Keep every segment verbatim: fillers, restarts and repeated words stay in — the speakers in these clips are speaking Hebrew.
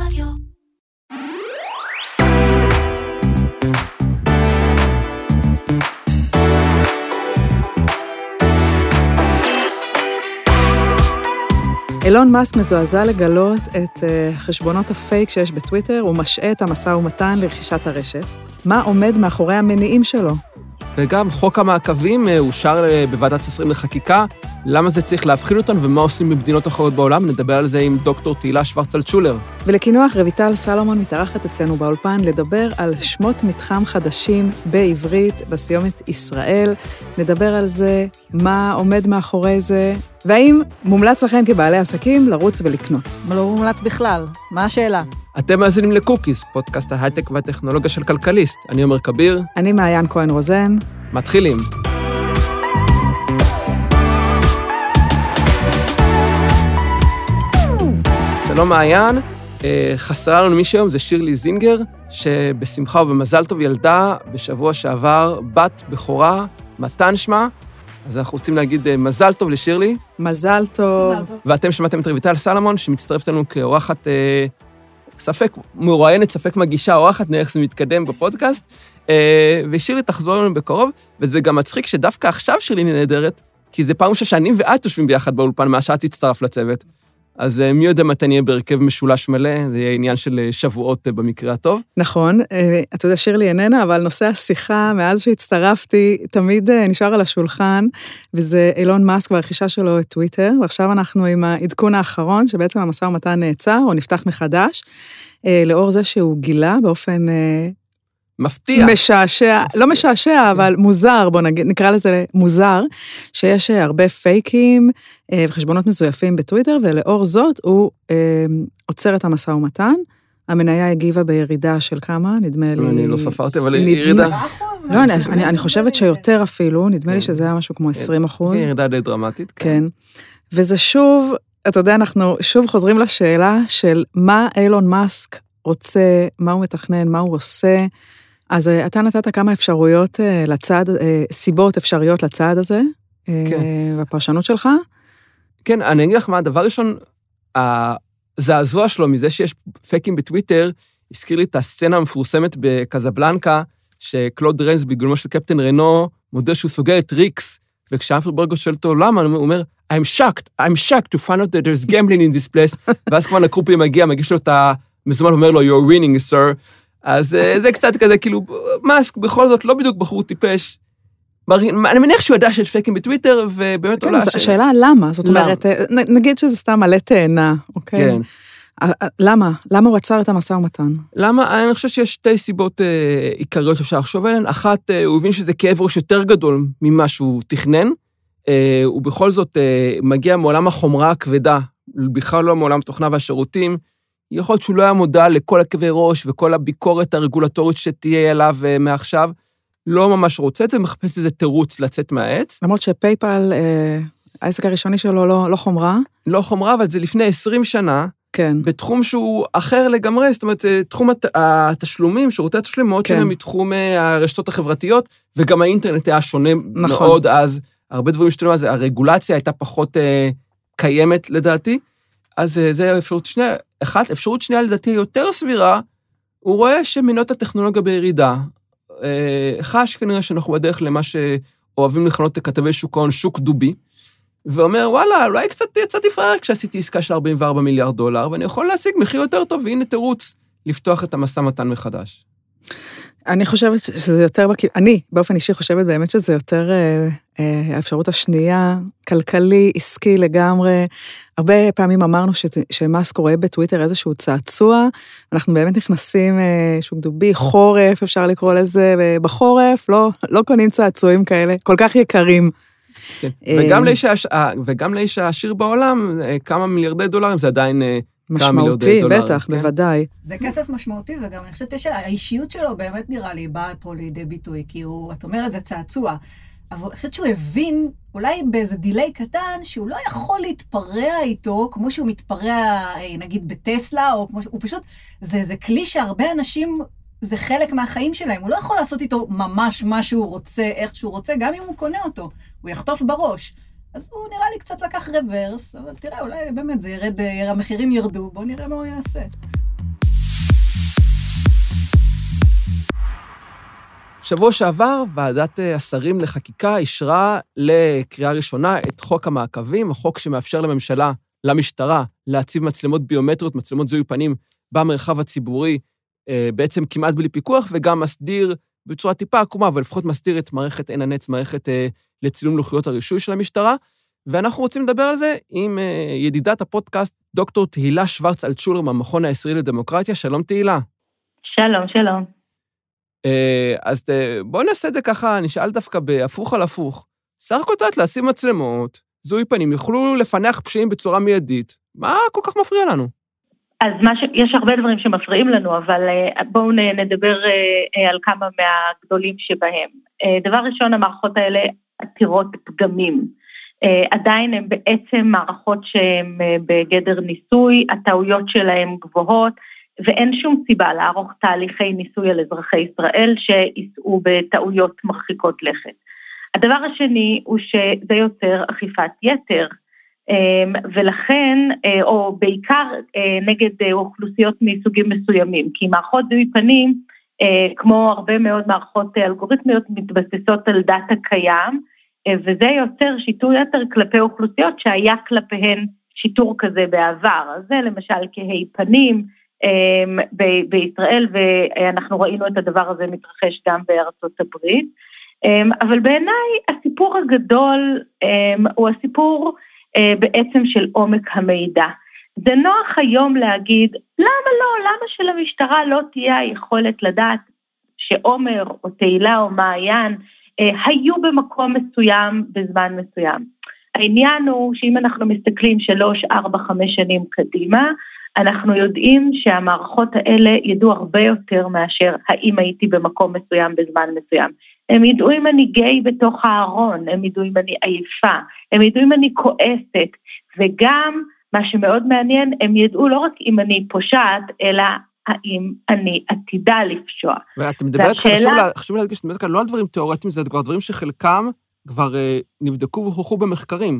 רדיו. אילון מאסק מזועזע לגלות את uh, חשבונות הפייק שיש בטוויטר, הוא משעה את המשא ומתן לרכישת הרשת. מה עומד מאחורי המניעים שלו? וגם חוק המעקבים אושר בוועדת השרים לחקיקה, למה זה צריך להבחין אותנו ומה עושים במדינות אחרות בעולם, נדבר על זה עם דוקטור תהילה שוורץ-אלטשולר. ולקינוח רויטל סלומון מתארחת אצלנו באולפן לדבר על שמות מתחם חדשים בעברית, בסיומת ישראל, נדבר על זה, מה עומד מאחורי זה, והאם מומלץ לכם כבעלי עסקים לרוץ ולקנות. לא מומלץ בכלל, מה השאלה? אתם מאזינים לקוקיס, פודקאסט ההייטק והטכנולוגיה של כלכליסט. אני עומר כביר. אני מעיין כהן רוזן. מתחילים. שלום מעיין, חסרה לנו מישהו היום, זה שירלי זינגר, שבשמחה ובמזל טוב ילדה בשבוע שעבר בת בכורה, מתן שמה, אז אנחנו רוצים להגיד מזל טוב לשירלי. מזל טוב. מזל טוב. ואתם שמעתם את רויטל סלומון, שמצטרפת לנו כאורחת, אה, ספק, מרואיינת, ספק מגישה אורחת, נראה איך זה מתקדם בפודקאסט, אה, ושירלי תחזור לנו בקרוב, וזה גם מצחיק שדווקא עכשיו שירלי נהדרת, כי זה פעם שאני ואת יושבים ביחד באולפן, מה שאת תצטרף לצוות. אז מי יודע מתי נהיה בהרכב משולש מלא, זה יהיה עניין של שבועות במקרה הטוב. נכון, אתה יודע, שירלי איננה, אבל נושא השיחה, מאז שהצטרפתי, תמיד נשאר על השולחן, וזה אילון מאסק והרכישה שלו את טוויטר, ועכשיו אנחנו עם העדכון האחרון, שבעצם המשא ומתן נעצר, או נפתח מחדש, לאור זה שהוא גילה באופן מפתיע. משעשע, לא משעשע, אבל מוזר, בוא נגיד, נקרא לזה מוזר, שיש הרבה פייקים וחשבונות מזויפים בטוויטר, ולאור זאת הוא עוצר את המשא ומתן. המניה הגיבה בירידה של כמה, נדמה לי... אני לא ספרתי, אבל ירידה... לא, אני חושבת שיותר אפילו, נדמה לי שזה היה משהו כמו עשרים אחוז. ירידה די דרמטית. כן. וזה שוב, אתה יודע, אנחנו שוב חוזרים לשאלה של מה אילון מאסק רוצה, מה הוא מתכנן, מה הוא עושה. אז אתה נתת כמה אפשרויות לצעד, סיבות אפשריות לצעד הזה, בפרשנות שלך? כן, אני אגיד לך מה, הדבר ראשון, הזעזוע שלו מזה שיש פייקים בטוויטר, הזכיר לי את הסצנה המפורסמת בקזבלנקה, שקלוד רנס בגלומו של קפטן רנו, מודה שהוא סוגר את ריקס, וכשאמפרי ברגו שואל אותו, למה? הוא אומר, I'm shocked, I'm shocked to find out that there's gambling in this place, ואז כבר הקרופי מגיע, מגיש לו את המזומן, ואומר לו, you're winning, sir. אז זה קצת כזה, כאילו, מאסק בכל זאת לא בדיוק בחור טיפש. אני מניח שהוא ידע שיש פייקים בטוויטר, ובאמת עולה... השאלה למה, זאת אומרת, נגיד שזה סתם מלא תאנה, אוקיי? כן. למה? למה הוא עצר את המשא ומתן? למה? אני חושב שיש שתי סיבות עיקריות שאפשר לחשוב עליהן. אחת, הוא הבין שזה כאב ראש יותר גדול ממה שהוא תכנן, הוא בכל זאת מגיע מעולם החומרה הכבדה, בכלל לא מעולם התוכנה והשירותים, יכול להיות שהוא לא היה מודע לכל הכאבי ראש וכל הביקורת הרגולטורית שתהיה אליו מעכשיו, לא ממש רוצה את זה, מחפש איזה תירוץ לצאת מהעץ. למרות שפייפל, אה, העסק הראשוני שלו לא, לא חומרה. לא חומרה, אבל זה לפני עשרים שנה, כן. בתחום שהוא אחר לגמרי, זאת אומרת, תחום הת, התשלומים, שירותי התשלומים, מאוד כן. שונה מתחום הרשתות החברתיות, וגם האינטרנט היה שונה נכון. מאוד אז, הרבה דברים השתנו, אז הרגולציה הייתה פחות אה, קיימת לדעתי, אז אה, זה אפשרות שנייה, אחת, אפשרות שנייה לדעתי יותר סבירה, הוא רואה שמניות הטכנולוגיה בירידה, חש כנראה שאנחנו בדרך למה שאוהבים לכנות כתבי שוק ההון, שוק דובי, ואומר, וואלה, אולי קצת יצאתי פראייר כשעשיתי עסקה של ארבעים וארבעה מיליארד דולר, ואני יכול להשיג מחיר יותר טוב, והנה תירוץ לפתוח את המשא ומתן מחדש. אני חושבת שזה יותר, אני באופן אישי חושבת באמת שזה יותר האפשרות השנייה, כלכלי, עסקי לגמרי. הרבה פעמים אמרנו שמאסק רואה בטוויטר איזשהו צעצוע, אנחנו באמת נכנסים שוק דובי, חורף, אפשר לקרוא לזה, ובחורף לא, לא קונים צעצועים כאלה, כל כך יקרים. כן. וגם לאיש, וגם לאיש העשיר בעולם, כמה מיליארדי דולרים זה עדיין... משמעותי, בטח, כן? בוודאי. זה כסף משמעותי, וגם אני חושבת שהאישיות שלו באמת נראה לי באה פה לידי ביטוי, כי הוא, את אומרת, זה צעצוע, אבל אני חושבת שהוא הבין, אולי באיזה דילי קטן, שהוא לא יכול להתפרע איתו, כמו שהוא מתפרע, נגיד, בטסלה, או כמו שהוא פשוט, זה, זה כלי שהרבה אנשים, זה חלק מהחיים שלהם, הוא לא יכול לעשות איתו ממש מה שהוא רוצה, איך שהוא רוצה, גם אם הוא קונה אותו, הוא יחטוף בראש. אז הוא נראה לי קצת לקח רוורס, אבל תראה, אולי באמת זה ירד, המחירים ירדו, בואו נראה מה הוא יעשה. שבוע שעבר, ועדת השרים לחקיקה אישרה לקריאה ראשונה את חוק המעקבים, החוק שמאפשר לממשלה, למשטרה, להציב מצלמות ביומטריות, מצלמות זיהוי פנים במרחב הציבורי, בעצם כמעט בלי פיקוח, וגם מסדיר בצורה טיפה עקומה, אבל לפחות מסדיר את מערכת עין הנץ, מערכת לצילום לוחיות הרישוי של המשטרה, ואנחנו רוצים לדבר על זה עם ידידת הפודקאסט, דוקטור תהילה שוורץ-אלטשולר, מהמכון הישראלי לדמוקרטיה. שלום תהילה. שלום, שלום. אז בואו נעשה את זה ככה, נשאל דווקא בהפוך על הפוך. סך הכל תת להשים מצלמות, זיהוי פנים, יוכלו לפענח פשעים בצורה מיידית. מה כל כך מפריע לנו? אז מה ש... יש הרבה דברים שמפריעים לנו, אבל בואו נדבר על כמה מהגדולים שבהם. דבר ראשון, המערכות האלה עתירות פגמים. עדיין הן בעצם מערכות שהן בגדר ניסוי, הטעויות שלהן גבוהות, ואין שום סיבה לערוך תהליכי ניסוי על אזרחי ישראל שיסעו בטעויות מרחיקות לכת. הדבר השני הוא שזה יוצר אכיפת יתר, ולכן, או בעיקר נגד אוכלוסיות מסוגים מסוימים, כי מערכות זיהוי פנים, כמו הרבה מאוד מערכות אלגוריתמיות, מתבססות על דאטה קיים, וזה יוצר שיטור יתר כלפי אוכלוסיות שהיה כלפיהן שיטור כזה בעבר. אז זה למשל כהי פנים, ב- בישראל, ואנחנו ראינו את הדבר הזה מתרחש גם בארצות הברית, אבל בעיניי הסיפור הגדול הוא הסיפור בעצם של עומק המידע. זה נוח היום להגיד, למה לא, למה שלמשטרה לא תהיה היכולת לדעת שעומר או תהילה או מעיין היו במקום מסוים בזמן מסוים. העניין הוא שאם אנחנו מסתכלים שלוש, ארבע, חמש שנים קדימה, אנחנו יודעים שהמערכות האלה ידעו הרבה יותר מאשר האם הייתי במקום מסוים בזמן מסוים. הם ידעו אם אני גיי בתוך הארון, הם ידעו אם אני עייפה, הם ידעו אם אני כועסת, וגם מה שמאוד מעניין, הם ידעו לא רק אם אני פושעת, אלא האם אני עתידה לפשוע. ואת מדברת כאן, והשאלה... חשוב להדגיש, את מדברת כאן לא על דברים תיאורטיים, זה כבר דברים שחלקם כבר אה, נבדקו והוכחו במחקרים.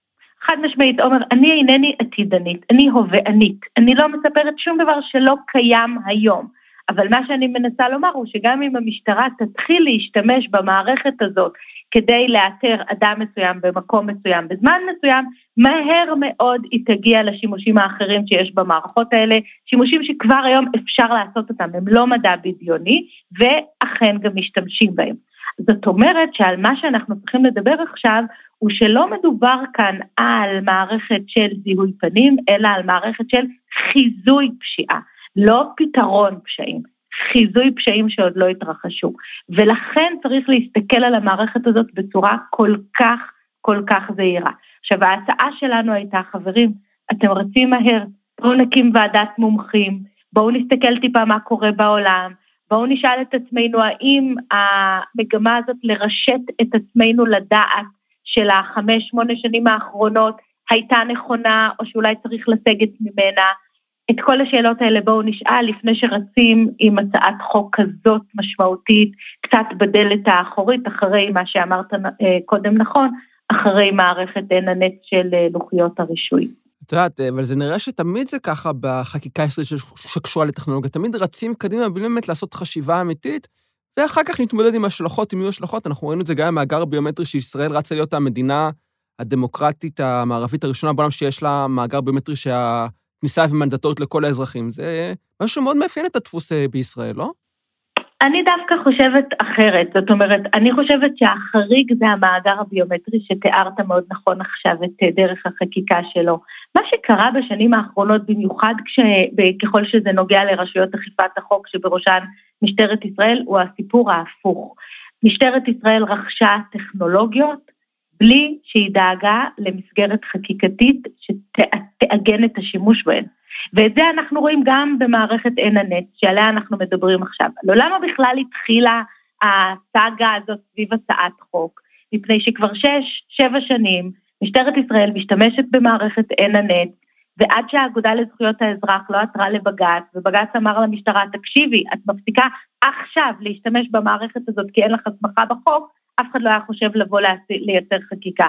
חד משמעית, עומר, אני אינני עתידנית, אני הובאנית, אני לא מספרת שום דבר שלא קיים היום, אבל מה שאני מנסה לומר הוא שגם אם המשטרה תתחיל להשתמש במערכת הזאת, כדי לאתר אדם מסוים במקום מסוים, בזמן מסוים, מהר מאוד היא תגיע לשימושים האחרים שיש במערכות האלה, שימושים שכבר היום אפשר לעשות אותם, הם לא מדע בדיוני, ואכן גם משתמשים בהם. זאת אומרת שעל מה שאנחנו צריכים לדבר עכשיו, הוא שלא מדובר כאן על מערכת של זיהוי פנים, אלא על מערכת של חיזוי פשיעה, לא פתרון פשעים, חיזוי פשעים שעוד לא התרחשו, ולכן צריך להסתכל על המערכת הזאת בצורה כל כך, כל כך זהירה. עכשיו, ההצעה שלנו הייתה, חברים, אתם רצים מהר, בואו נקים ועדת מומחים, בואו נסתכל טיפה מה קורה בעולם, בואו נשאל את עצמנו, האם המגמה הזאת לרשת את עצמנו לדעת של החמש, שמונה שנים האחרונות הייתה נכונה, או שאולי צריך לסגת ממנה. את כל השאלות האלה בואו נשאל לפני שרצים עם הצעת חוק כזאת משמעותית, קצת בדלת האחורית, אחרי מה שאמרת קודם נכון, אחרי מערכת עין הנץ של לוחיות הרישוי. את יודעת, אבל זה נראה שתמיד זה ככה בחקיקה הישראלית שקשורה לטכנולוגיה, תמיד רצים קדימה בלי באמת לעשות חשיבה אמיתית, ואחר כך נתמודד עם השלכות, אם יהיו השלכות, אנחנו ראינו את זה גם עם מאגר ביומטרי שישראל רצה להיות המדינה הדמוקרטית המערבית הראשונה בעולם שיש לה מאגר ביומטרי שהכניסה ומנדטורית לכל האזרחים. זה משהו מאוד מאפיין את הדפוס בישראל, לא? אני דווקא חושבת אחרת, זאת אומרת, אני חושבת שהחריג זה המאגר הביומטרי שתיארת מאוד נכון עכשיו את דרך החקיקה שלו. מה שקרה בשנים האחרונות במיוחד ככל שזה נוגע לרשויות אכיפת החוק שבראשן משטרת ישראל הוא הסיפור ההפוך. משטרת ישראל רכשה טכנולוגיות בלי שהיא דאגה למסגרת חקיקתית שתעגן את השימוש בהן. ואת זה אנחנו רואים גם במערכת עין הנץ, שעליה אנחנו מדברים עכשיו. לא למה בכלל התחילה הסאגה הזאת סביב הצעת חוק, מפני שכבר שש, שבע שנים, משטרת ישראל משתמשת במערכת עין הנץ, ועד שהאגודה לזכויות האזרח לא עתרה לבג"ץ, ובג"ץ אמר למשטרה, תקשיבי, את מפסיקה עכשיו להשתמש במערכת הזאת, כי אין לך הסמכה בחוק, אף אחד לא היה חושב לבוא לייצר חקיקה.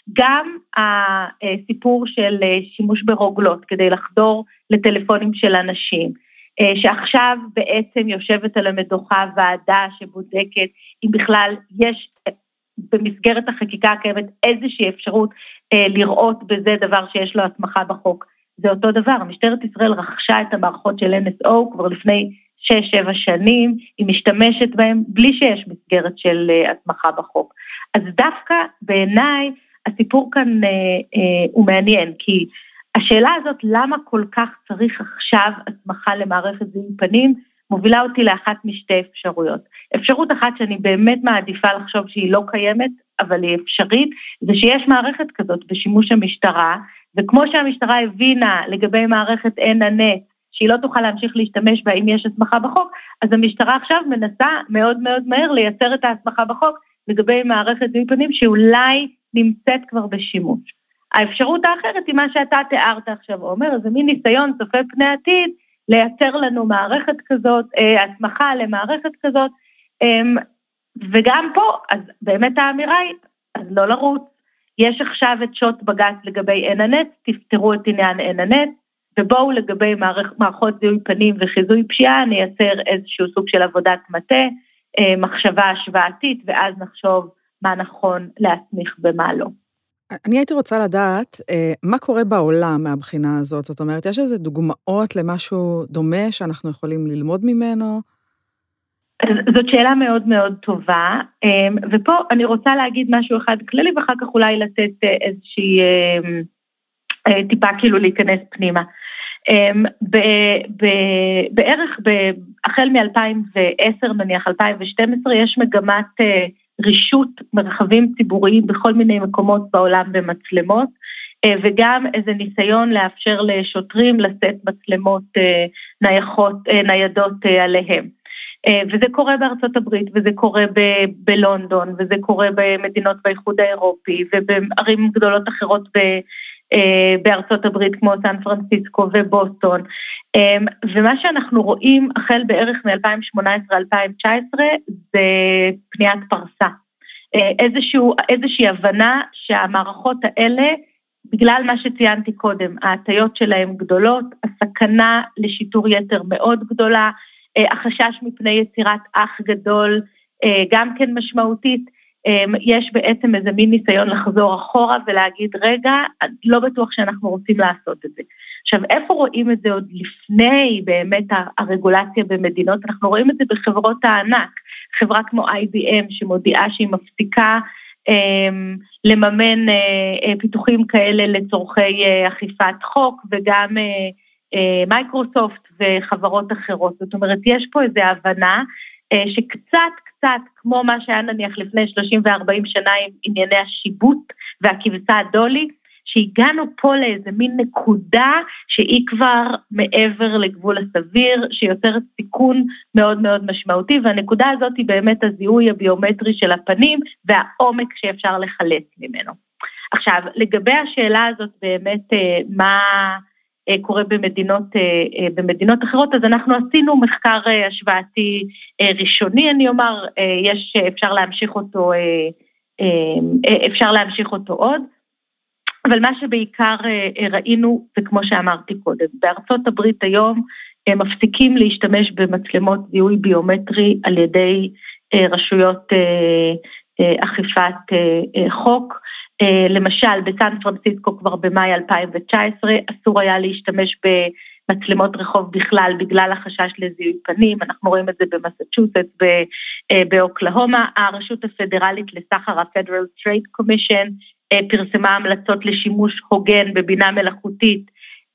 גם הסיפור של שימוש ברוגלות כדי לחדור לטלפונים של אנשים, שעכשיו בעצם יושבת על המדוכה ועדה שבודקת אם בכלל יש במסגרת החקיקה הקיימת איזושהי אפשרות לראות בזה דבר שיש לו הסמכה בחוק. זה אותו דבר, משטרת ישראל רכשה את המערכות של אן אס או כבר לפני שש שבע שנים, היא משתמשת בהם בלי שיש מסגרת של הסמכה בחוק. אז דווקא בעיניי הסיפור כאן אה, אה, הוא מעניין, כי השאלה הזאת למה כל כך צריך עכשיו הסמכה למערכת זיהוי פנים, מובילה אותי לאחת משתי אפשרויות. אפשרות אחת שאני באמת מעדיפה לחשוב שהיא לא קיימת, אבל היא אפשרית, זה שיש מערכת כזאת בשימוש המשטרה, וכמו שהמשטרה הבינה לגבי מערכת עין הנץ, שהיא לא תוכל להמשיך להשתמש בה אם יש הסמכה בחוק, אז המשטרה עכשיו מנסה מאוד מאוד מהר לייצר את ההסמכה בחוק, לגבי מערכת זיהוי פנים שאולי נמצאת כבר בשימוש. האפשרות האחרת היא מה שאתה תיארת עכשיו, אומר, זה מין ניסיון צופה פני עתיד, לייצר לנו מערכת כזאת, הסמכה למערכת כזאת, וגם פה, אז באמת האמירה היא, אז לא לרוץ, יש עכשיו את שוט בג"ץ לגבי עין הנץ, תפתרו את עניין עין הנץ, ובואו לגבי מערכ, מערכות זיהוי פנים וחיזוי פשיעה, נייצר איזשהו סוג של עבודת מטה, מחשבה השוואתית, ואז נחשוב מה נכון להסמיך ומה לא. אני הייתי רוצה לדעת, מה קורה בעולם מהבחינה הזאת? זאת אומרת, יש איזה דוגמאות למשהו דומה שאנחנו יכולים ללמוד ממנו? זאת שאלה מאוד מאוד טובה, ופה אני רוצה להגיד משהו אחד כללי, ואחר כך אולי לתת איזושהי טיפה כאילו להיכנס פנימה. בערך החל מ-אלפיים ועשר נניח, אלפיים ושתים עשרה, יש מגמת רישות מרחבים ציבוריים בכל מיני מקומות בעולם במצלמות, וגם איזה ניסיון לאפשר לשוטרים לשאת מצלמות נייחות, ניידות עליהם. וזה קורה בארצות הברית, וזה קורה ב- בלונדון, וזה קורה במדינות באיחוד האירופי, ובערים גדולות אחרות ב- בארצות הברית, כמו סן פרנסיסקו ובוסטון. ומה שאנחנו רואים החל בערך מ-אלפיים שמונה עשרה עד אלפיים תשע עשרה, זה פניית פרסה. איזשהו, איזושהי הבנה שהמערכות האלה, בגלל מה שציינתי קודם, ההטיות שלהם גדולות, הסכנה לשיטור יתר מאוד גדולה, החשש מפני יצירת אח גדול, גם כן משמעותית, יש בעצם איזה מין ניסיון לחזור אחורה ולהגיד, רגע, לא בטוח שאנחנו רוצים לעשות את זה. עכשיו, איפה רואים את זה עוד לפני באמת הרגולציה במדינות? אנחנו רואים את זה בחברות הענק, חברה כמו איי בי אם שמודיעה שהיא מפסיקה לממן פיתוחים כאלה לצורכי אכיפת חוק, וגם מייקרוסופט וחברות אחרות. זאת אומרת, יש פה איזו הבנה שקצת קצת כמו מה שהיה נניח לפני שלושים וארבעים שנה עם ענייני השיבוט והכבשה הדולי, שהגענו פה לאיזה מין נקודה שהיא כבר מעבר לגבול הסביר, שיוצרת סיכון מאוד מאוד משמעותי, והנקודה הזאת היא באמת הזיהוי הביומטרי של הפנים והעומק שאפשר לחלץ ממנו. עכשיו, לגבי השאלה הזאת באמת מה קורה במדינות, במדינות אחרות, אז אנחנו עשינו מחקר השוואתי ראשוני, אני אומר, יש, אפשר להמשיך אותו, אפשר להמשיך אותו עוד, אבל מה שבעיקר ראינו, וכמו שאמרתי קודם, בארצות הברית היום מפסיקים להשתמש במצלמות זיהוי ביומטרי על ידי רשויות אכיפת חוק, למשל בסן פרנסיסקו כבר במאי אלפיים תשע עשרה אסור היה להשתמש במצלמות רחוב בכלל בגלל החשש לזיהוי פנים, אנחנו רואים את זה במסצ'וסטס, באוקלהומה, הרשות הפדרלית לסחר, ה-Federal Trade Commission, פרסמה המלצות לשימוש הוגן בבינה מלאכותית,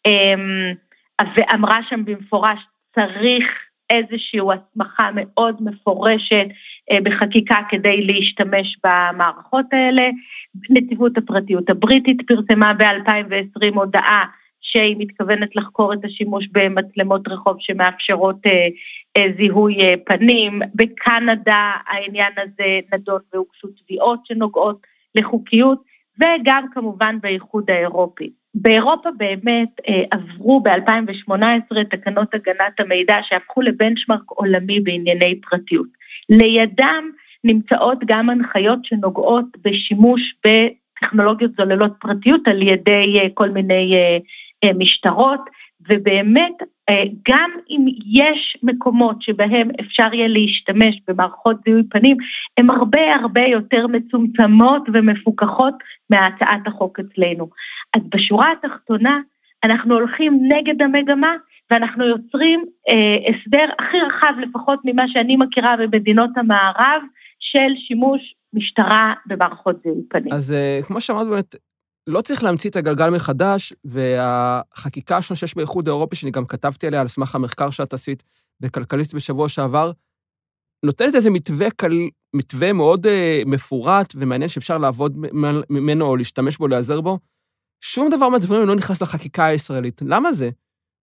ואמרה שם במפורש צריך איזושהי הסמכה מאוד מפורשת בחקיקה כדי להשתמש במערכות האלה. נציבות הפרטיות הבריטית פרסמה ב-אלפיים ועשרים הודעה שהיא מתכוונת לחקור את השימוש במצלמות רחוב שמאפשרות זיהוי פנים. בקנדה העניין הזה נדון והוגשו תביעות שנוגעות לחוקיות, וגם כמובן באיחוד האירופי. באירופה באמת עברו ב-אלפיים ושמונה עשרה תקנות הגנת המידע שהפכו לבנצ'מרק עולמי בענייני פרטיות. לידם נמצאות גם הנחיות שנוגעות בשימוש בטכנולוגיות זוללות פרטיות על ידי כל מיני משטרות, ובאמת, גם אם יש מקומות שבהם אפשר יהיה להשתמש במערכות זיהוי פנים, הן הרבה הרבה יותר מצומצמות ומפוקחות מהצעת החוק אצלנו. אז בשורה התחתונה, אנחנו הולכים נגד המגמה, ואנחנו יוצרים אה, הסדר הכי רחב, לפחות ממה שאני מכירה במדינות המערב, של שימוש משטרה במערכות זיהוי פנים. אז אה, כמו שאמרת באמת, לא צריך להמציא את הגלגל מחדש, והחקיקה השונה שיש באיחוד האירופי, שאני גם כתבתי עליה על סמך המחקר שאת עשית בכלכליסט בשבוע שעבר, נותנת איזה מתווה, קל, מתווה מאוד uh, מפורט ומעניין שאפשר לעבוד ממנו או להשתמש בו, להיעזר בו. שום דבר מהדברים לא נכנס לחקיקה הישראלית. למה זה?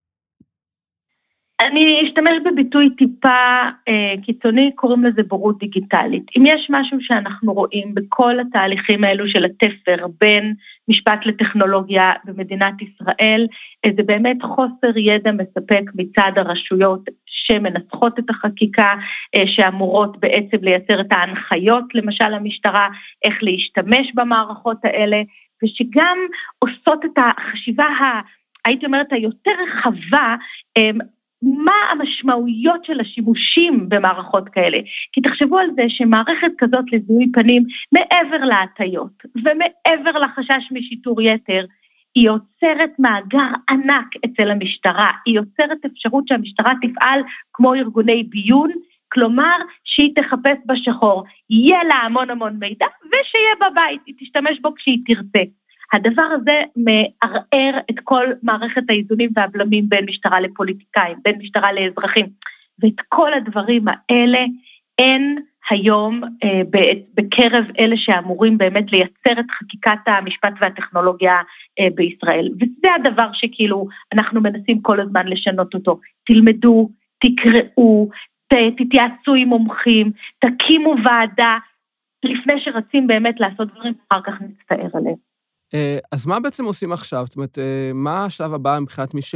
אני אשתמש בביטוי טיפה אה, קיצוני, קוראים לזה בורות דיגיטלית. אם יש משהו שאנחנו רואים בכל התהליכים האלו של התפר בין משפט לטכנולוגיה במדינת ישראל, זה באמת חוסר ידע מספק מצד הרשויות שמנסחות את החקיקה, אה, שאמורות בעצם לייצר את ההנחיות, למשל המשטרה, איך להשתמש במערכות האלה, ושגם עושות את החשיבה, ה, הייתי אומרת, היותר רחבה, אה, מה המשמעויות של השימושים במערכות כאלה? כי תחשבו על זה שמערכת כזאת לזיהוי פנים, מעבר להטיות ומעבר לחשש משיטור יתר, היא יוצרת מאגר ענק אצל המשטרה, היא יוצרת אפשרות שהמשטרה תפעל כמו ארגוני ביון, כלומר שהיא תחפש בשחור, יהיה לה המון המון מידע, ושיהיה בבית, היא תשתמש בו כשהיא תרצה. הדבר הזה מערער את כל מערכת האיזונים והבלמים בין משטרה לפוליטיקאים, בין משטרה לאזרחים, ואת כל הדברים האלה אין היום אה, בקרב אלה שאמורים באמת לייצר את חקיקת המשפט והטכנולוגיה אה, בישראל, וזה הדבר שכאילו אנחנו מנסים כל הזמן לשנות אותו. תלמדו, תקראו, ת, תתייעצו עם מומחים, תקימו ועדה, לפני שרצים באמת לעשות דברים, אחר כך נצטער עליהם. אז מה בעצם עושים עכשיו? זאת אומרת, מה השלב הבא מבחינת מי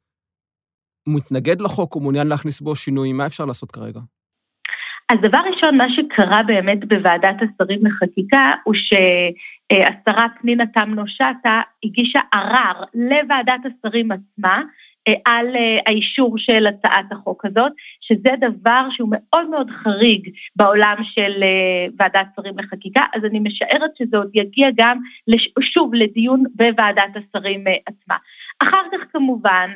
שמתנגד לחוק או מעוניין להכניס בו שינויים? מה אפשר לעשות כרגע? אז דבר ראשון, מה שקרה באמת בוועדת השרים לחקיקה, הוא שהשרה פנינה תמנו שטה הגישה ערר לוועדת השרים עצמה, על האישור של הצעת החוק הזאת, שזה דבר שהוא מאוד מאוד חריג בעולם של ועדת שרים לחקיקה, אז אני משערת שזה עוד יגיע גם שוב לדיון בוועדת השרים עצמה. אחר כך כמובן,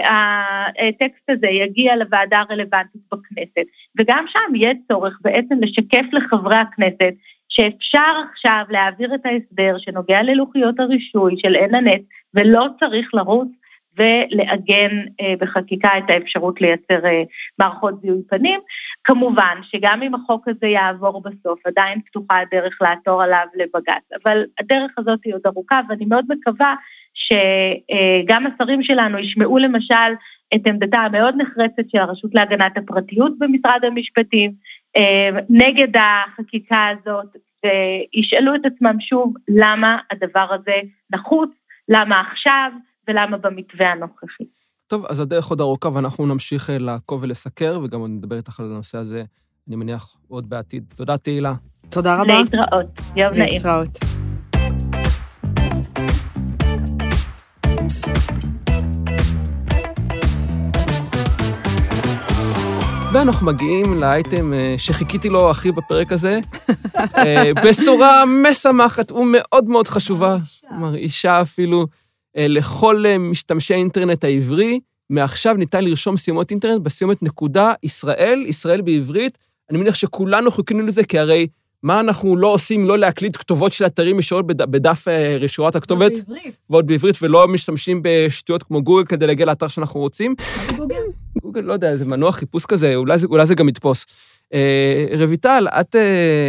הטקסט הזה יגיע לוועדה הרלוונטית בכנסת, וגם שם יהיה צורך בעצם לשקף לחברי הכנסת, שאפשר עכשיו להעביר את ההסדר שנוגע ללוחיות הרישוי של עין הנץ, ולא צריך לרוץ, ולעגן אה, בחקיקה את האפשרות לייצר אה, מערכות זיהוי פנים. כמובן שגם אם החוק הזה יעבור בסוף, עדיין פתוחה הדרך לעתור עליו לבג"ץ, אבל הדרך הזאת היא עוד ארוכה, ואני מאוד מקווה שגם אה, השרים שלנו ישמעו למשל את עמדתה המאוד נחרצת של הרשות להגנת הפרטיות במשרד המשפטים, אה, נגד החקיקה הזאת, וישאלו את עצמם שוב למה הדבר הזה נחוץ, למה עכשיו, ולמה במתווה הנוכחי. טוב, אז הדרך עוד ארוכה, ואנחנו נמשיך לעקוב ולסקר, וגם נדבר איתך על הנושא הזה, אני מניח, עוד בעתיד. תודה, תהילה. תודה רבה. להתראות. יום נעים. להתראות. ואנחנו מגיעים לאייטם שחיכיתי לו הכי בפרק הזה, בשורה משמחת ומאוד מאוד חשובה, מרעישה אפילו, לכל משתמשי האינטרנט העברי, מעכשיו ניתן לרשום סיומות אינטרנט בסיומת נקודה ישראל, ישראל בעברית. אני מניח שכולנו חיכינו לזה, כי הרי מה אנחנו לא עושים, לא להקליד כתובות של אתרים ישירות בדף שורת הכתובת, ועוד בעברית, ולא משתמשים בשטויות כמו גוגל כדי להגיע לאתר שאנחנו רוצים. מה זה גוגל? גוגל, לא יודע, זה מנוע חיפוש כזה, אולי זה, אולי זה גם יתפוס. רויטל, את...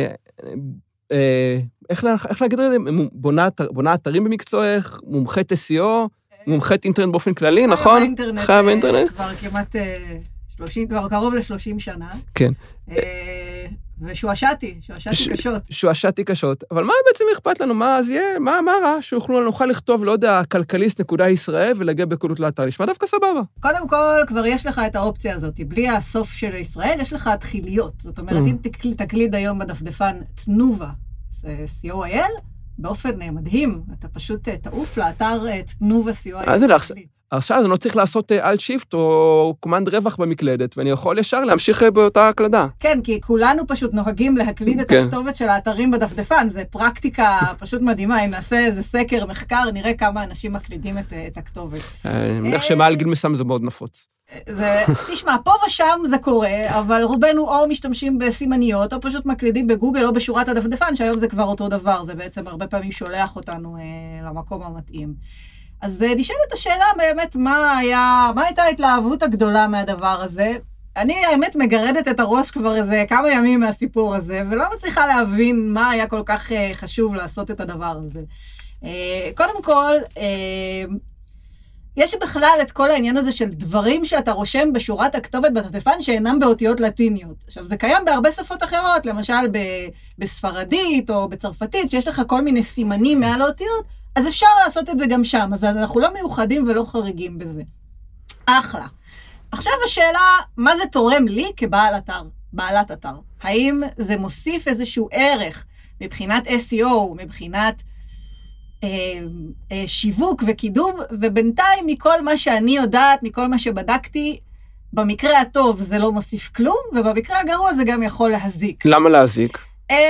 איך, איך להגיד את זה? בונה, בונה אתרים במקצועך, מומחית אס אי או, מומחית אינטרנט באופן כללי, נכון? באינטרנט, חיה באינטרנט? כבר כמעט שלושים, כבר קרוב ל-שלושים שנה. כן. ושועשעתי, שועשעתי קשות. שועשעתי קשות, אבל מה בעצם אכפת לנו? מה אז יהיה? מה, מה רע? שיוכלו נוכל לכתוב, לא יודע, כלכליסט נקודה ישראל, ולהגיע בקלות לאתר. נשמע דווקא סבבה. קודם כל, כבר יש לך את האופציה הזאת. בלי הסוף של ישראל, יש לך תחיליות. זאת אומרת, אם תקליד היום בדפדפן תנובה, סי או איי אל, באופן מדהים, אתה פשוט תעוף לאתר תנובה סי או איי. אז לך, עכשיו אני לא צריך לעשות אלט שיפט או קומנד רווח במקלדת, ואני יכול ישר להמשיך באותה הקלדה. כן, כי כולנו פשוט נוהגים להקליד את הכתובת של האתרים בדפדפן, זה פרקטיקה פשוט מדהימה, אם נעשה איזה סקר, מחקר, נראה כמה אנשים מקלידים את, את הכתובת. אני מניח שמעל גיל מסוים זה מאוד נפוץ. זה, תשמע, פה ושם זה קורה, אבל רובנו או משתמשים בסימניות, או פשוט מקלידים בגוגל או בשורת הדפדפן, שהיום זה כבר אותו דבר, זה בעצם הרבה פעמים שולח אותנו אה, למקום המתאים. אז אה, נשאלת השאלה באמת, מה היה, מה הייתה ההתלהבות הגדולה מהדבר הזה? אני האמת מגרדת את הראש כבר איזה כמה ימים מהסיפור הזה, ולא מצליחה להבין מה היה כל כך אה, חשוב לעשות את הדבר הזה. אה, קודם כל, אה, יש בכלל את כל העניין הזה של דברים שאתה רושם בשורת הכתובת בדפדפן שאינם באותיות לטיניות. עכשיו, זה קיים בהרבה שפות אחרות, למשל ב- בספרדית או בצרפתית, שיש לך כל מיני סימנים מעל האותיות, אז אפשר לעשות את זה גם שם, אז אנחנו לא מיוחדים ולא חריגים בזה. אחלה. עכשיו השאלה, מה זה תורם לי כבעל אתר, בעלת אתר? האם זה מוסיף איזשהו ערך מבחינת אס אי או, מבחינת אה, אה, שיווק וקידום, ובינתיים מכל מה שאני יודעת, מכל מה שבדקתי, במקרה הטוב זה לא מוסיף כלום, ובמקרה הגרוע זה גם יכול להזיק. למה להזיק? אה,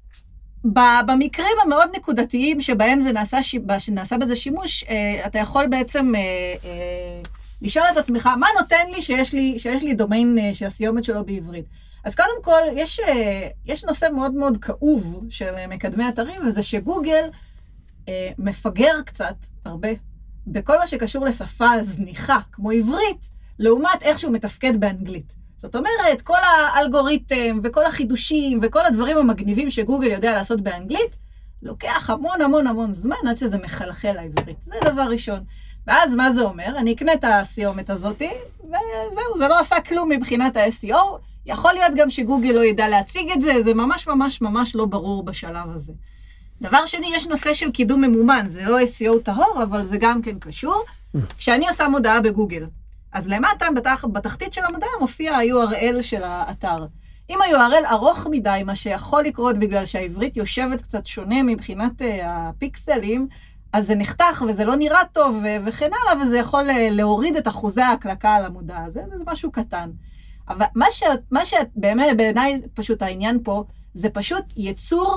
במקרים המאוד נקודתיים שבהם זה נעשה, נעשה בזה שימוש, אה, אתה יכול בעצם אה, אה, לשאול את עצמך, מה נותן לי שיש לי, שיש לי דומיין אה, שהסיומת שלו בעברית? אז קודם כל, יש, אה, יש נושא מאוד מאוד כאוב של מקדמי אתרים, וזה שגוגל אה, מפגר קצת, הרבה, בכל מה שקשור לשפה זניחה, כמו עברית, לעומת איך שהוא מתפקד באנגלית. זאת אומרת, כל האלגוריתם וכל החידושים וכל הדברים המגניבים שגוגל יודע לעשות באנגלית, לוקח המון המון המון זמן עד שזה מחלחל לעברית. זה דבר ראשון. ואז מה זה אומר? אני אקנה את הסיומת הזאת, וזהו, זה לא עשה כלום מבחינת ה-אס אי או. יכול להיות גם שגוגל לא ידע להציג את זה, זה ממש ממש ממש לא ברור בשלב הזה. דבר שני, יש נושא של קידום ממומן, זה לא אס אי או טהור, אבל זה גם כן קשור. כשאני עושה מודעה בגוגל, אז למטה, בתח, בתחתית של המודעה, מופיע ה-יו אר אל של האתר. אם ה-יו אר אל ארוך מדי, מה שיכול לקרות בגלל שהעברית יושבת קצת שונה מבחינת uh, הפיקסלים, אז זה נחתך וזה לא נראה טוב ו- וכן הלאה, וזה יכול להוריד את אחוזי ההקלקה על המודעה. זה, זה משהו קטן. אבל מה מה שבאמת, בעיניי פשוט העניין פה, זה פשוט יצור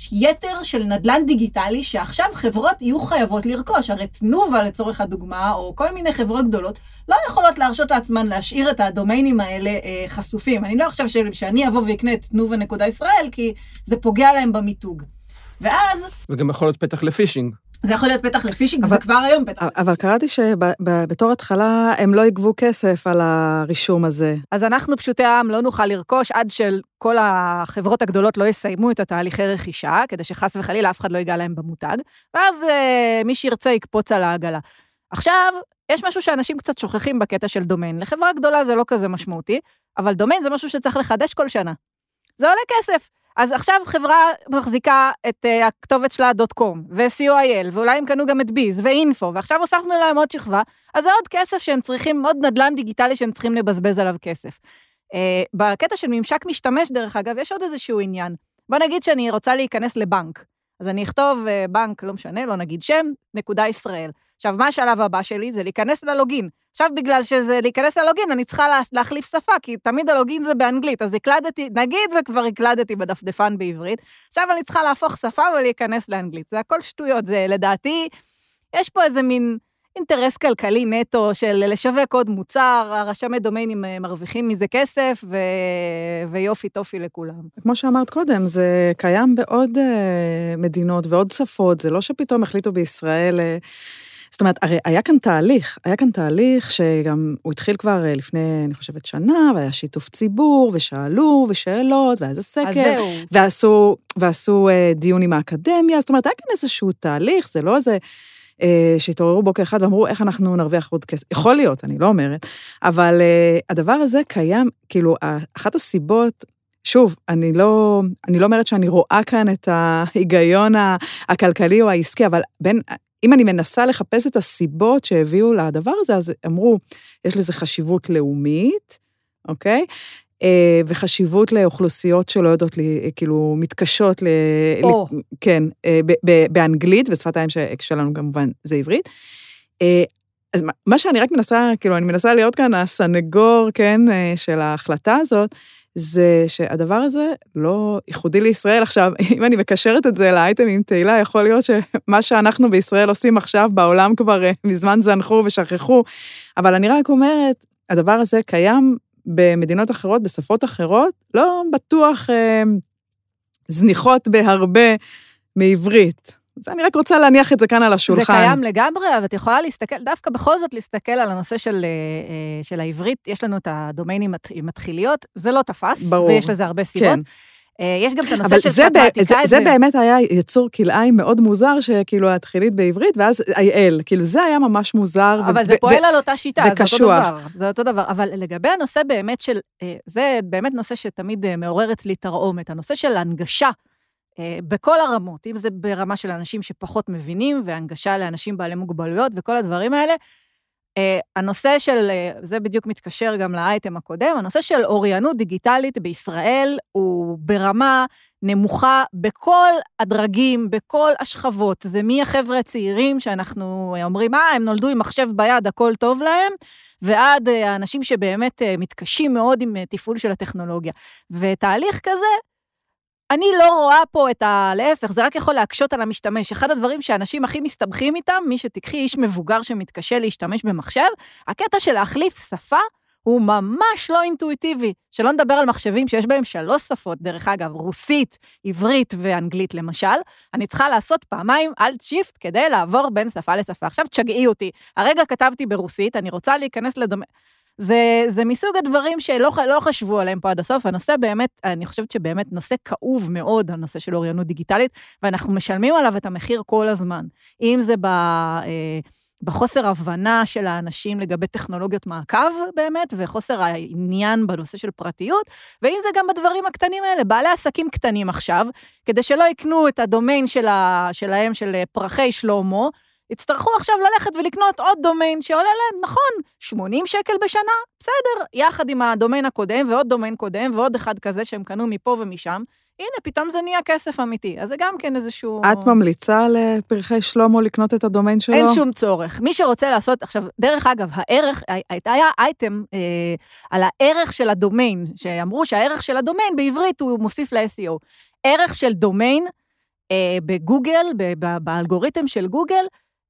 יתר של נדל"ן דיגיטלי, שעכשיו חברות יהיו חייבות לרכוש. הרי תנובה לצורך הדוגמה, או כל מיני חברות גדולות, לא יכולות להרשות לעצמן להשאיר את הדומיינים האלה אה, חשופים. אני לא חושב ש... שאני אבוא ויקנה את תנובה נקודה ישראל, כי זה פוגע להם במיתוג. ואז... וגם יכול להיות פתח לפישינג. זה יכול להיות פתח לפישינג, אבל, זה כבר היום פתח. אבל קראתי שבתור התחלה הם לא יגבו כסף על הרישום הזה. אז אנחנו פשוטי העם לא נוכל לרכוש עד שכל החברות הגדולות לא יסיימו את התהליכי רכישה, כדי שחס וחלילה אף אחד לא ייגע להם במותג, ואז מי שירצה יקפוץ על העגלה. עכשיו, יש משהו שאנשים קצת שוכחים בקטע של דומיין. לחברה גדולה זה לא כזה משמעותי, אבל דומיין זה משהו שצריך לחדש כל שנה. זה עולה כסף. אז עכשיו חברה מחזיקה את uh, הכתובת שלה דוט קום, ו-סי או איי אל, ואולי הם קנו גם את ביז, ואינפו, ועכשיו הוספנו להם עוד שכבה, אז זה עוד כסף שהם צריכים, עוד נדל"ן דיגיטלי שהם צריכים לבזבז עליו כסף. Uh, בקטע של ממשק משתמש, דרך אגב, יש עוד איזשהו עניין. בוא נגיד שאני רוצה להיכנס לבנק, אז אני אכתוב uh, בנק, לא משנה, לא נגיד שם, נקודה ישראל. עכשיו, מה השלב הבא שלי? זה להיכנס ללוגין. עכשיו, בגלל שזה להיכנס ללוגין, אני צריכה לה, להחליף שפה, כי תמיד הלוגין זה באנגלית, אז הקלדתי, נגיד וכבר הקלדתי בדפדפן בעברית, עכשיו אני צריכה להפוך שפה ולהיכנס לאנגלית. זה הכל שטויות, זה לדעתי, יש פה איזה מין אינטרס כלכלי נטו של לשווק עוד מוצר, הרשמי דומיינים מרוויחים מזה כסף, ו... ויופי טופי לכולם. כמו שאמרת קודם, זה קיים בעוד מדינות ועוד שפות, זה לא שפתאום החליטו בישראל... זאת אומרת, הרי היה כאן תהליך, היה כאן תהליך שגם הוא התחיל כבר לפני, אני חושבת, שנה, והיה שיתוף ציבור, ושאלו, ושאלות, והיה איזה סקר, ועשו, ועשו דיון עם האקדמיה, זאת אומרת, היה כאן איזשהו תהליך, זה לא איזה, שהתעוררו בוקר אחד ואמרו, איך אנחנו נרוויח עוד כסף, יכול להיות, אני לא אומרת, אבל הדבר הזה קיים, כאילו, אחת הסיבות, שוב, אני לא, אני לא אומרת שאני רואה כאן את ההיגיון הכלכלי או העסקי, אבל בין, אם אני מנסה לחפש את הסיבות שהביאו לדבר הזה, אז אמרו, יש לזה חשיבות לאומית, אוקיי? וחשיבות לאוכלוסיות שלא יודעות, כאילו, מתקשות, כן, באנגלית, ושפת האם שלנו כמובן זה עברית. אז מה שאני רק מנסה, כאילו, אני מנסה להיות כאן הסנגור, כן, של ההחלטה הזאת, זה שהדבר הזה לא ייחודי לישראל. עכשיו, אם אני מקשרת את זה לאייטם עם תהילה, יכול להיות שמה שאנחנו בישראל עושים עכשיו, בעולם כבר מזמן זנחו ושכחו, אבל אני רק אומרת, הדבר הזה קיים במדינות אחרות, בשפות אחרות, לא בטוח אה, זניחות בהרבה מעברית. אז אני רק רוצה להניח את זה כאן על השולחן. זה קיים לגמרי, אבל את יכולה להסתכל, דווקא בכל זאת להסתכל על הנושא של, של העברית, יש לנו את הדומיינים עם מתחיליות, זה לא תפס, ברור. ויש לזה הרבה סיבות. כן. יש גם את הנושא של שפת העתיקה. זה, זה באמת היה יצור כלאיים מאוד מוזר, שכאילו התחילית בעברית, ואז אייל, כאילו זה היה ממש מוזר. אבל ו- זה פועל ו- על אותה שיטה, זה אותו דבר, זה אותו דבר. אבל לגבי הנושא באמת של, זה באמת נושא שתמיד מעורר אצלי תרעומת, הנושא של הנגשה, בכל הרמות, אם זה ברמה של אנשים שפחות מבינים, והנגשה לאנשים בעלי מוגבלויות, וכל הדברים האלה, הנושא של, זה בדיוק מתקשר גם לאייטם הקודם, הנושא של אוריינות דיגיטלית בישראל, הוא ברמה נמוכה בכל הדרגים, בכל השכבות, זה מי החבר'ה הצעירים שאנחנו אומרים, אה, הם נולדו עם מחשב ביד, הכל טוב להם, ועד האנשים שבאמת מתקשים מאוד עם תפעול של הטכנולוגיה. ותהליך כזה, אני לא רואה פה את הלהפך, זה רק יכול להקשות על המשתמש. אחד הדברים שאנשים הכי מסתבכים איתם, מי שתקחי איש מבוגר שמתקשה להשתמש במחשב, הקטע של להחליף שפה הוא ממש לא אינטואיטיבי. שלא נדבר על מחשבים שיש בהם שלוש שפות, דרך אגב, רוסית, עברית ואנגלית למשל, אני צריכה לעשות פעמיים אלט שיפט כדי לעבור בין שפה לשפה. עכשיו תשגעי אותי, הרגע כתבתי ברוסית, אני רוצה להיכנס לדומה... זה, זה מסוג הדברים שלא לא חשבו עליהם פה עד הסוף, הנושא באמת, אני חושבת שבאמת נושא כאוב מאוד, הנושא של אוריינות דיגיטלית, ואנחנו משלמים עליו את המחיר כל הזמן. אם זה ב, אה, בחוסר הבנה של האנשים לגבי טכנולוגיות מעקב באמת, וחוסר העניין בנושא של פרטיות, ואם זה גם בדברים הקטנים האלה, בעלי עסקים קטנים עכשיו, כדי שלא יקנו את הדומיין שלה, שלהם של פרחי שלמה, יצטרכו עכשיו ללכת ולקנות עוד דומיין שעולה להם, נכון, שמונים שקל בשנה, בסדר, יחד עם הדומיין הקודם ועוד דומיין קודם ועוד אחד כזה שהם קנו מפה ומשם, הנה, פתאום זה נהיה כסף אמיתי, אז זה גם כן איזשהו... את ממליצה לפרחי שלמה לקנות את הדומיין שלו? אין שום צורך. מי שרוצה לעשות, עכשיו, דרך אגב, הערך, היה אייטם אה, על הערך של הדומיין, שאמרו שהערך של הדומיין בעברית הוא מוסיף ל-אס אי או. ערך של דומיין אה, בגוגל, באלגוריתם של גוגל,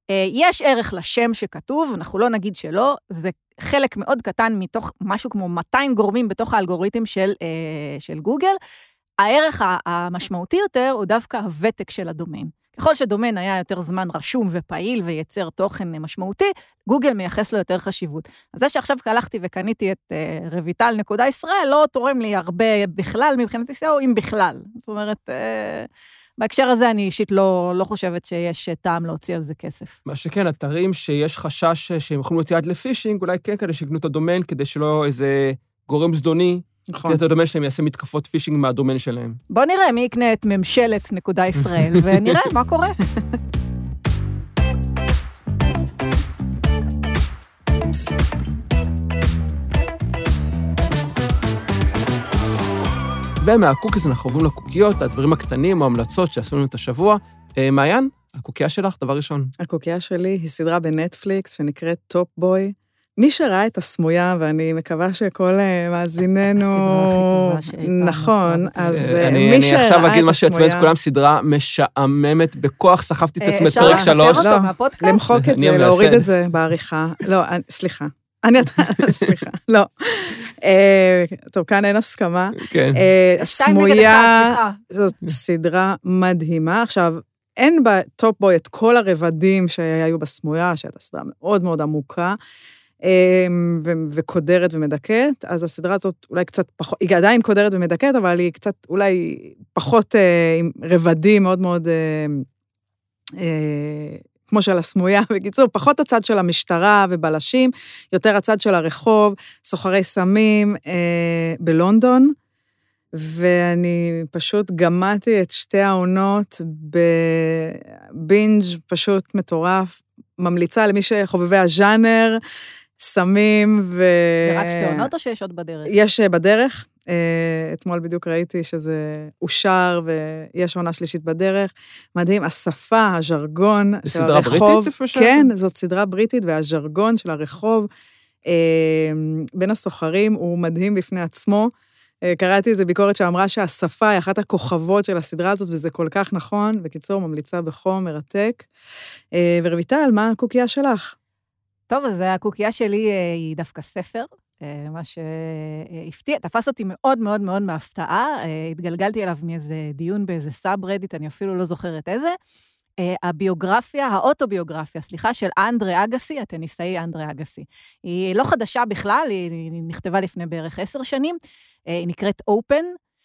יש ערך לשם שכתוב, אנחנו לא נגיד שלא, זה חלק מאוד קטן מתוך משהו כמו מאתיים גורמים בתוך האלגוריתם של, של גוגל. הערך המשמעותי יותר הוא דווקא הוותק של הדומיין. ככל שדומיין היה יותר זמן רשום ופעיל וייצר תוכן משמעותי, גוגל מייחס לו יותר חשיבות. אז זה שעכשיו הלכתי וקניתי את רויטל נקודה ישראל, לא תורם לי הרבה בכלל מבחינת אס אי או, אם בכלל. זאת אומרת... בהקשר הזה אני אישית לא, לא חושבת שיש טעם להוציא על זה כסף. מה שכן, אתרים שיש חשש שהם יכולים להוציא עד לפישינג, אולי כן כדי שיגנו את הדומיין, כדי שלא איזה גורם זדוני, נכון. את הדומיין שלהם יעשה מתקפות פישינג מהדומיין שלהם. בוא נראה מי יקנה את ממשלת נקודה ישראל, ונראה מה קורה. ומהקוקיס אנחנו עוברים לקוקיות, הדברים הקטנים, ההמלצות שעשו לנו את השבוע. מעיין, הקוקייה שלך, דבר ראשון. הקוקייה שלי היא סדרה בנטפליקס שנקראת טופ בוי. מי שראה את הסמויה, ואני מקווה שכל מאזיננו... הסדרה הכי טובה שאי פעם. נכון, אז מי שראה את הסמויה... אני עכשיו אגיד מה שיצמד את כולם, סדרה משעממת, בכוח סחפתי את עצמי פרק שלוש. לא, למחוק את זה, להוריד את זה בעריכה. לא, סליחה. אני, סליחה, לא. טוב, כאן אין הסכמה. כן. הסמויה, זאת סדרה מדהימה. עכשיו, אין בטופ בוי את כל הרבדים שהיו בסמויה, שהייתה סדרה מאוד מאוד עמוקה, וקודרת ומדכאת, אז הסדרה הזאת אולי קצת פחות, היא עדיין קודרת ומדכאת, אבל היא קצת אולי פחות עם רבדים מאוד מאוד... כמו של הסמויה, בקיצור, פחות הצד של המשטרה ובלשים, יותר הצד של הרחוב, סוחרי סמים אה, בלונדון, ואני פשוט גמעתי את שתי העונות בבינג' פשוט מטורף, ממליצה למי שחובבי הז'אנר, סמים ו... זה רק שתי עונות או שיש עוד בדרך? יש בדרך, אתמול בדיוק ראיתי שזה אושר, ויש עונה שלישית בדרך. מדהים, השפה, הז'רגון של הרחוב. סדרה בריטית? כן, זאת סדרה בריטית, והז'רגון של הרחוב בין הסוחרים הוא מדהים בפני עצמו. קראתי איזו ביקורת שאמרה שהשפה היא אחת הכוכבות של הסדרה הזאת, וזה כל כך נכון. בקיצור, ממליצה בחום, מרתק. ורויטל, מה הקוקייה שלך? טוב, אז הקוקייה שלי היא דווקא ספר, מה שהפתיע, תפס אותי מאוד מאוד מאוד מהפתעה, התגלגלתי אליו מאיזה דיון באיזה סאב רדיט, אני אפילו לא זוכרת איזה, הביוגרפיה, האוטוביוגרפיה, סליחה, של אנדרה אגסי, הטניסאי אנדרה אגסי. היא לא חדשה בכלל, היא נכתבה לפני בערך עשר שנים, היא נקראת Open,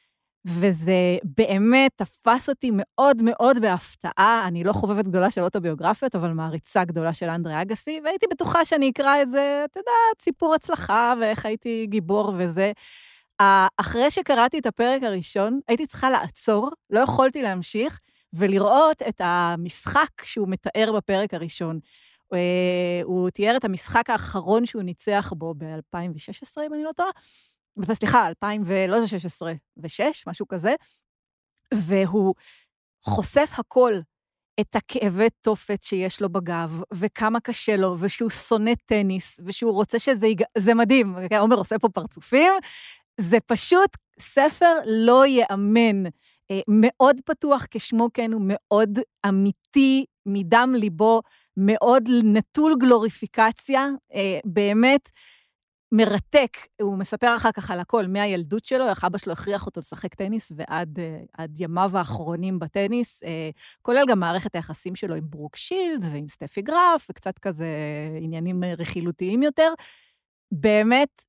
וזה באמת תפס אותי מאוד מאוד בהפתעה, אני לא חובבת גדולה של אוטוביוגרפיות, אבל מעריצה גדולה של אנדרה אגסי, והייתי בטוחה שאני אקרא איזה, אתה יודע, סיפור הצלחה, ואיך הייתי גיבור וזה. אחרי שקראתי את הפרק הראשון, הייתי צריכה לעצור, לא יכולתי להמשיך, ולראות את המשחק שהוא מתאר בפרק הראשון. הוא תיאר את המשחק האחרון שהוא ניצח בו ב-אלפיים ושש עשרה, אם אני לא טועה, סליחה, אלפיים ולא זה שש עשרה ושש, משהו כזה, והוא חושף הכל, את הכאבי תופת שיש לו בגב, וכמה קשה לו, ושהוא שונא טניס, ושהוא רוצה שזה יג... זה מדהים, עומר עושה פה פרצופים, זה פשוט ספר לא יאמן, מאוד פתוח כשמו כן, הוא מאוד אמיתי, מדם ליבו, מאוד נטול גלוריפיקציה, באמת, מרתק, הוא מספר אחר כך על הכל, מהילדות שלו, איך אבא שלו הכריח אותו לשחק טניס, ועד עד ימיו האחרונים בטניס, כולל גם מערכת היחסים שלו עם ברוק שילדס, ועם סטפי גרף, וקצת כזה עניינים רכילותיים יותר. באמת,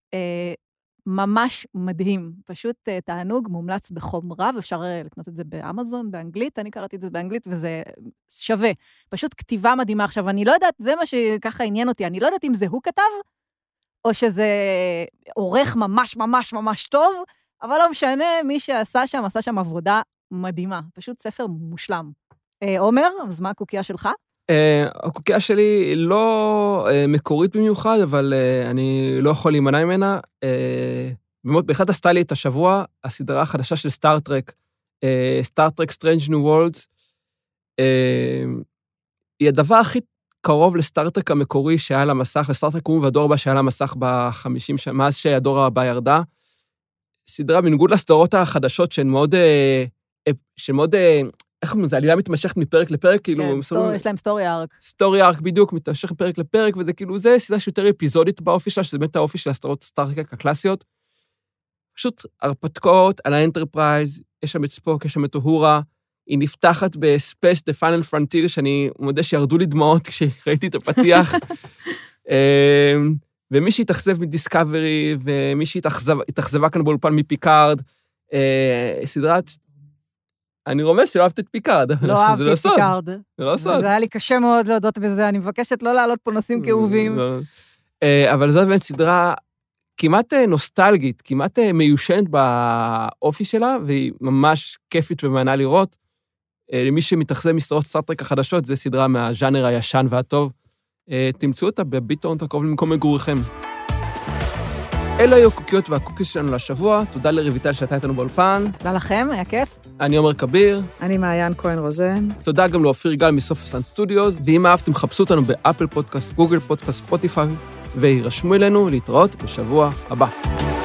ממש מדהים, פשוט תענוג, מומלץ בחום רב, אפשר לקנות את זה באמזון, באנגלית, אני קראתי את זה באנגלית, וזה שווה. פשוט כתיבה מדהימה. עכשיו, אני לא יודעת, זה מה שככה עניין אותי, אני לא יודעת אם זה הוא כתב, או שזה עורך ממש ממש ממש טוב, אבל לא משנה, מי שעשה שם, עשה שם עבודה מדהימה. פשוט ספר מושלם. עומר, אז מה הקוקייה שלך? הקוקייה שלי היא לא מקורית במיוחד, אבל אני לא יכול להימנע ממנה. בהחלט עשתה לי את השבוע, הסדרה החדשה של סטארטרק, סטארטרק Strange New Worlds, היא הדבר הכי קרוב לסטארטרק המקורי שהיה לה מסך, לסטארטרק קום והדור הבא שהיה לה מסך ב-חמישים שנה, מאז שהדור הבא ירדה. סדרה בניגוד לסדרות החדשות שהן מאוד, שהן מאוד, איך אומרים, זה עלילה מתמשכת מפרק לפרק, כאילו... כן, יש להם סטורי ארק. סטורי ארק בדיוק, מתמשך מפרק לפרק, וזה כאילו, זה סדרה שיותר אפיזודית באופי שלה, שזה באמת האופי של הסדרות סטארטרק הקלאסיות. פשוט הרפתקאות על האנטרפרייז, יש שם את ספוק, יש שם את אוהורה, היא נפתחת בספייס, The Final Frontier, שאני מודה שירדו לי דמעות כשראיתי את הפתיח. ומי שהתאכזב מדיסקאברי, ומי שהתאכזבה כאן באולפן מפיקארד, סדרת... אני רומז שלא אהבת את פיקארד. לא אהבתי את פיקארד. זה לא סוד. זה היה לי קשה מאוד להודות בזה, אני מבקשת לא להעלות פה נושאים כאובים. אבל זו באמת סדרה כמעט נוסטלגית, כמעט מיושנת באופי שלה, והיא ממש כיפית ומענה לראות. למי שמתאכזב מסדרות סטארטרק החדשות, זה סדרה מהז'אנר הישן והטוב. תמצאו אותה בביטון הקרוב למקום מגוריכם. אלו היו הקוקיות והקוקיס שלנו לשבוע. תודה לרויטל שהייתה איתנו באולפן. תודה לכם, היה כיף. אני עומר כביר. אני מעיין כהן רוזן. תודה גם לאופיר גל מסוף הסאנד סטודיוס, ואם אהבתם, חפשו אותנו באפל פודקאסט, גוגל פודקאסט, ספוטיפיי, וירשמו אלינו להתראות בשבוע הבא.